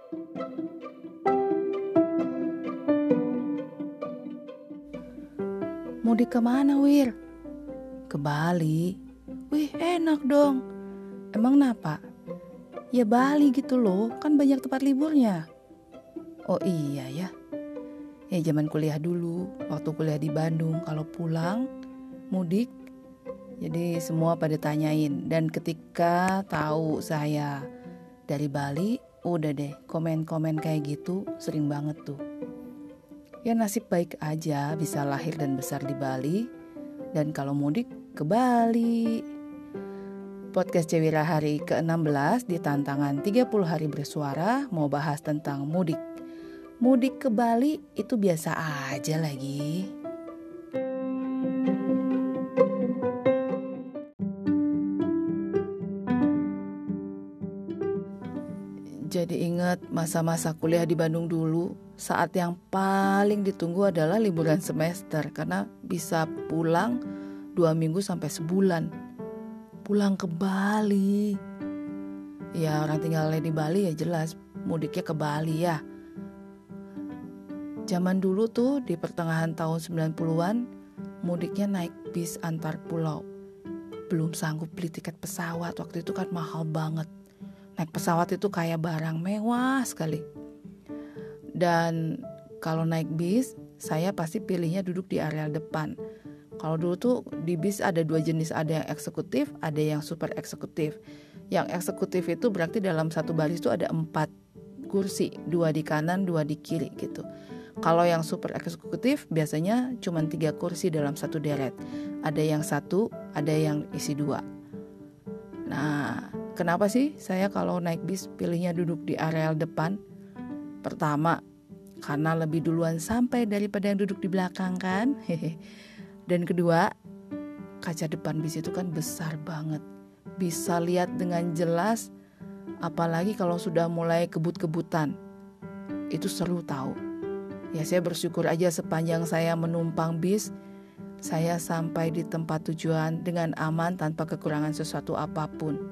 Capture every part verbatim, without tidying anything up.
Mudik kemana, Wir? Ke Bali. Wih, enak dong. Emang kenapa? Ya Bali gitu loh, kan banyak tempat liburnya. Oh iya ya. Ya zaman kuliah dulu, waktu kuliah di Bandung, kalau pulang mudik, jadi semua pada tanyain. Dan ketika tahu saya dari Bali, udah deh komen-komen kayak gitu sering banget tuh. Ya nasib baik aja bisa lahir dan besar di Bali, dan kalau mudik ke Bali. Podcast Cewira hari ke enam belas di tantangan tiga puluh hari bersuara mau bahas tentang mudik. Mudik ke Bali itu biasa aja lagi. Jadi ingat masa-masa kuliah di Bandung dulu, saat yang paling ditunggu adalah liburan semester karena bisa pulang dua minggu sampai sebulan. Pulang ke Bali. Ya orang tinggalnya di Bali ya jelas mudiknya ke Bali ya. Zaman dulu tuh di pertengahan tahun sembilan puluhan mudiknya naik bis antar pulau. Belum sanggup beli tiket pesawat, waktu itu kan mahal banget. Naik pesawat itu kayak barang mewah sekali. Dan kalau naik bis, saya pasti pilihnya duduk di area depan. Kalau dulu tuh di bis ada dua jenis, ada yang eksekutif, ada yang super eksekutif. Yang eksekutif itu berarti dalam satu baris itu ada empat kursi, dua di kanan, dua di kiri gitu. Kalau yang super eksekutif biasanya cuma tiga kursi dalam satu deret. Ada yang satu, ada yang isi dua. Nah, kenapa sih saya kalau naik bis pilihnya duduk di area depan? Pertama, karena lebih duluan sampai daripada yang duduk di belakang kan. Dan kedua, kaca depan bis itu kan besar banget. Bisa lihat dengan jelas, apalagi kalau sudah mulai kebut-kebutan. Itu seru tahu. Ya saya bersyukur aja sepanjang saya menumpang bis, saya sampai di tempat tujuan dengan aman tanpa kekurangan sesuatu apapun.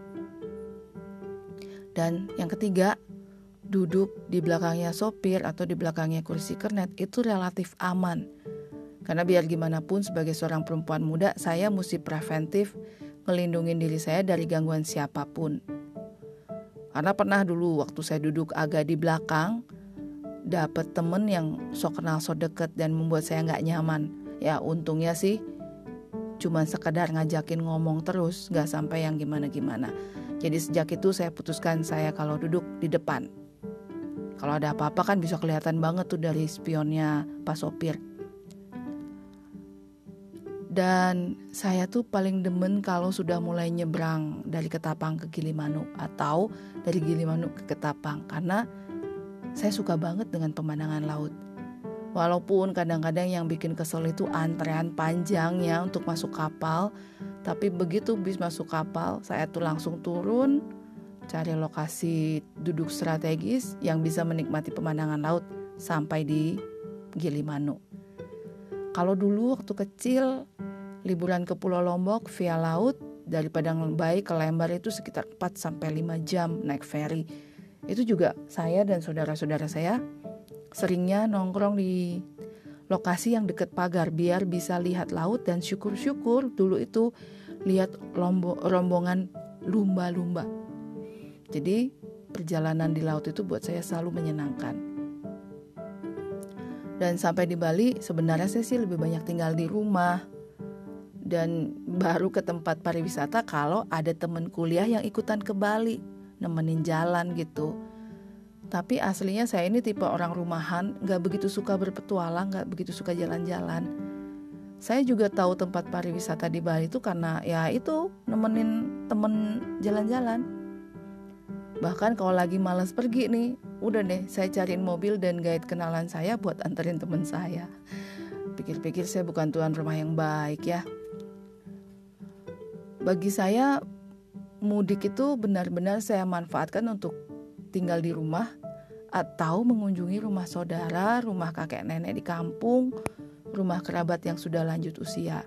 Dan yang ketiga, duduk di belakangnya sopir atau di belakangnya kursi kernet itu relatif aman. Karena biar gimana pun sebagai seorang perempuan muda, saya mesti preventif ngelindungin diri saya dari gangguan siapapun. Karena pernah dulu waktu saya duduk agak di belakang, dapet temen yang sok kenal sok deket dan membuat saya gak nyaman. Ya untungnya sih cuman sekadar ngajakin ngomong terus, gak sampai yang gimana-gimana. Jadi sejak itu saya putuskan saya kalau duduk di depan. Kalau ada apa-apa kan bisa kelihatan banget tuh dari spionnya Pak Sopir. Dan saya tuh paling demen kalau sudah mulai nyebrang dari Ketapang ke Gilimanuk atau dari Gilimanuk ke Ketapang, karena saya suka banget dengan pemandangan laut. Walaupun kadang-kadang yang bikin kesel itu antrean panjangnya untuk masuk kapal, tapi begitu bis masuk kapal, saya tuh langsung turun, cari lokasi duduk strategis yang bisa menikmati pemandangan laut sampai di Gilimanuk. Kalau dulu waktu kecil liburan ke Pulau Lombok via laut dari Padang Lembay ke Lembar itu sekitar empat sampai lima jam naik ferry. Itu juga saya dan saudara-saudara saya seringnya nongkrong di lokasi yang dekat pagar biar bisa lihat laut, dan syukur-syukur dulu itu lihat lombo, rombongan lumba-lumba. Jadi perjalanan di laut itu buat saya selalu menyenangkan. Dan sampai di Bali sebenarnya saya sih lebih banyak tinggal di rumah dan baru ke tempat pariwisata kalau ada temen kuliah yang ikutan ke Bali nemenin jalan gitu. Tapi aslinya saya ini tipe orang rumahan, gak begitu suka berpetualang, gak begitu suka jalan-jalan. Saya juga tahu tempat pariwisata di Bali itu karena ya itu nemenin temen jalan-jalan. Bahkan kalau lagi malas pergi nih, udah deh saya cariin mobil dan guide kenalan saya buat anterin temen saya. Pikir-pikir saya bukan tuan rumah yang baik ya. Bagi saya mudik itu benar-benar saya manfaatkan untuk tinggal di rumah atau mengunjungi rumah saudara, rumah kakek nenek di kampung, rumah kerabat yang sudah lanjut usia.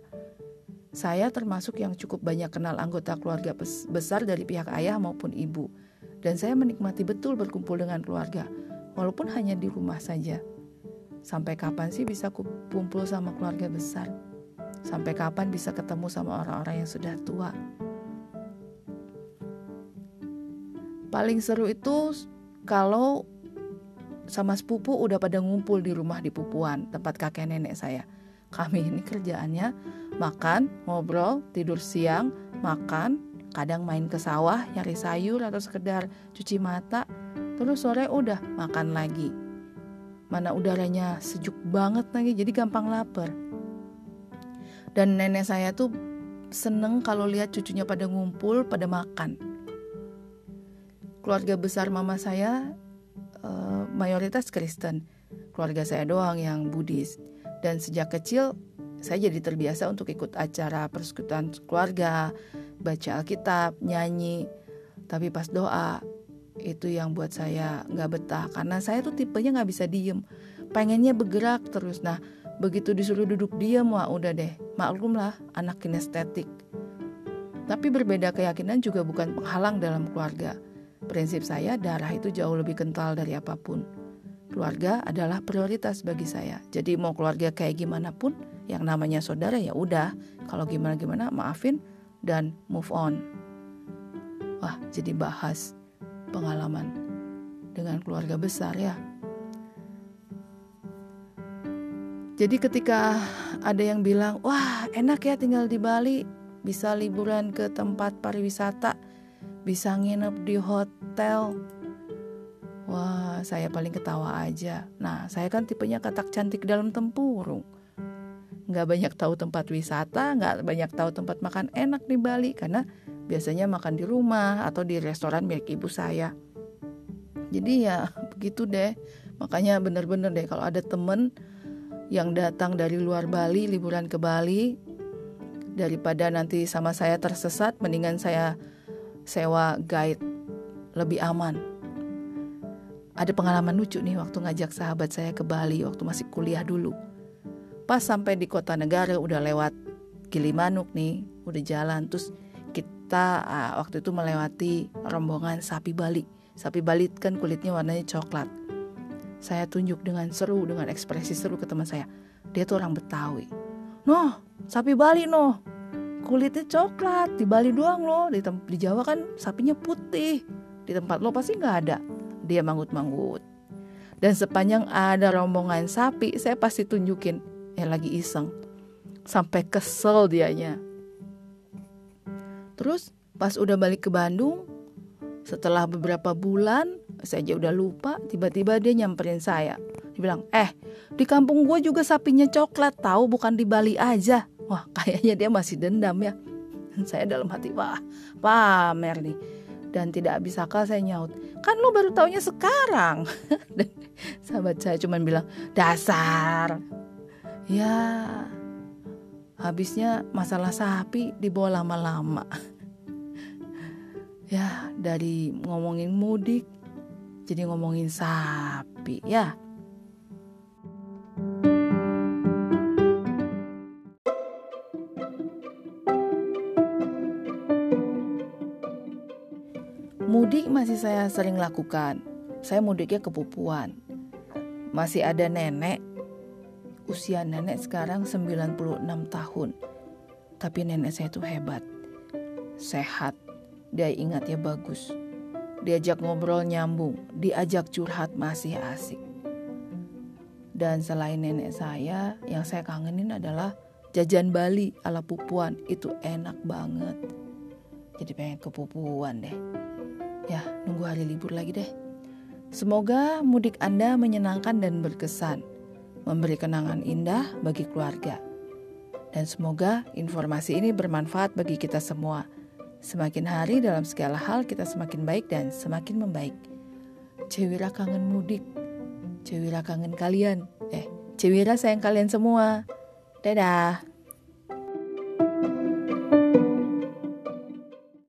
Saya termasuk yang cukup banyak kenal anggota keluarga besar dari pihak ayah maupun ibu. Dan saya menikmati betul berkumpul dengan keluarga, walaupun hanya di rumah saja. Sampai kapan sih bisa kumpul sama keluarga besar? Sampai kapan bisa ketemu sama orang-orang yang sudah tua? Paling seru itu kalau sama sepupu udah pada ngumpul di rumah di Pupuan, tempat kakek nenek saya. Kami ini kerjaannya makan, ngobrol, tidur siang, makan, kadang main ke sawah, nyari sayur atau sekedar cuci mata. Terus sore udah makan lagi. Mana udaranya sejuk banget lagi, jadi gampang lapar. Dan nenek saya tuh seneng kalau lihat cucunya pada ngumpul, pada makan. Keluarga besar mama saya uh, mayoritas Kristen. Keluarga saya doang yang Buddhis. Dan sejak kecil saya jadi terbiasa untuk ikut acara persekutuan keluarga, baca Alkitab, nyanyi. Tapi pas doa, itu yang buat saya gak betah. Karena saya tuh tipenya gak bisa diem, pengennya bergerak terus. Nah begitu disuruh duduk diem, wah udah deh, maklum lah anak kinestetik. Tapi berbeda keyakinan juga bukan penghalang dalam keluarga. Prinsip saya, darah itu jauh lebih kental dari apapun. Keluarga adalah prioritas bagi saya. Jadi mau keluarga kayak gimana pun, yang namanya saudara ya udah. Kalau gimana-gimana maafin dan move on. Wah, jadi bahas pengalaman dengan keluarga besar ya. Jadi ketika ada yang bilang, wah enak ya tinggal di Bali, bisa liburan ke tempat pariwisata, bisa nginep di hotel. Wah, saya paling ketawa aja. Nah, saya kan tipenya katak cantik dalam tempurung. Gak banyak tahu tempat wisata, gak banyak tahu tempat makan enak di Bali. Karena biasanya makan di rumah atau di restoran milik ibu saya. Jadi ya begitu deh. Makanya bener-bener deh kalau ada temen yang datang dari luar Bali, liburan ke Bali, daripada nanti sama saya tersesat, mendingan saya sewa guide, lebih aman. Ada pengalaman lucu nih waktu ngajak sahabat saya ke Bali waktu masih kuliah dulu. Pas sampai di Kota Negara udah lewat Gilimanuk nih, udah jalan. Terus kita ah, waktu itu melewati rombongan sapi Bali. Sapi Bali kan kulitnya warnanya coklat. Saya tunjuk dengan seru, dengan ekspresi seru ke teman saya. Dia tuh orang Betawi. Noh, sapi Bali noh. Kulitnya coklat, di Bali doang loh. Di, tem- di Jawa kan sapinya putih. Di tempat lo pasti gak ada. Dia manggut-manggut. Dan sepanjang ada rombongan sapi, saya pasti tunjukin. Eh lagi iseng. Sampai kesel dianya. Terus pas udah balik ke Bandung, setelah beberapa bulan, saya aja udah lupa, tiba-tiba dia nyamperin saya. Dia bilang, eh di kampung gue juga sapinya coklat, tahu bukan di Bali aja. Wah kayaknya dia masih dendam ya. Saya dalam hati, wah pamer nih. Dan tidak habis akal saya nyaut, kan lu baru taunya sekarang. Dan sahabat saya cuma bilang, dasar. Ya habisnya masalah sapi dibawa lama-lama. Ya dari ngomongin mudik jadi ngomongin sapi ya. Mudik masih saya sering lakukan. Saya mudiknya ke Pupuan. Masih ada nenek. Usia nenek sekarang sembilan puluh enam tahun. Tapi nenek saya itu hebat. Sehat. Dia ingatnya bagus. Diajak ngobrol nyambung. Diajak curhat masih asik. Dan selain nenek saya, yang saya kangenin adalah jajan Bali ala Pupuan. Itu enak banget. Jadi pengen ke Pupuan deh. Ya, nunggu hari libur lagi deh. Semoga mudik Anda menyenangkan dan berkesan. Memberi kenangan indah bagi keluarga. Dan semoga informasi ini bermanfaat bagi kita semua. Semakin hari dalam segala hal kita semakin baik dan semakin membaik. Cewira kangen mudik. Cewira kangen kalian. Eh, Cewira sayang kalian semua. Dadah.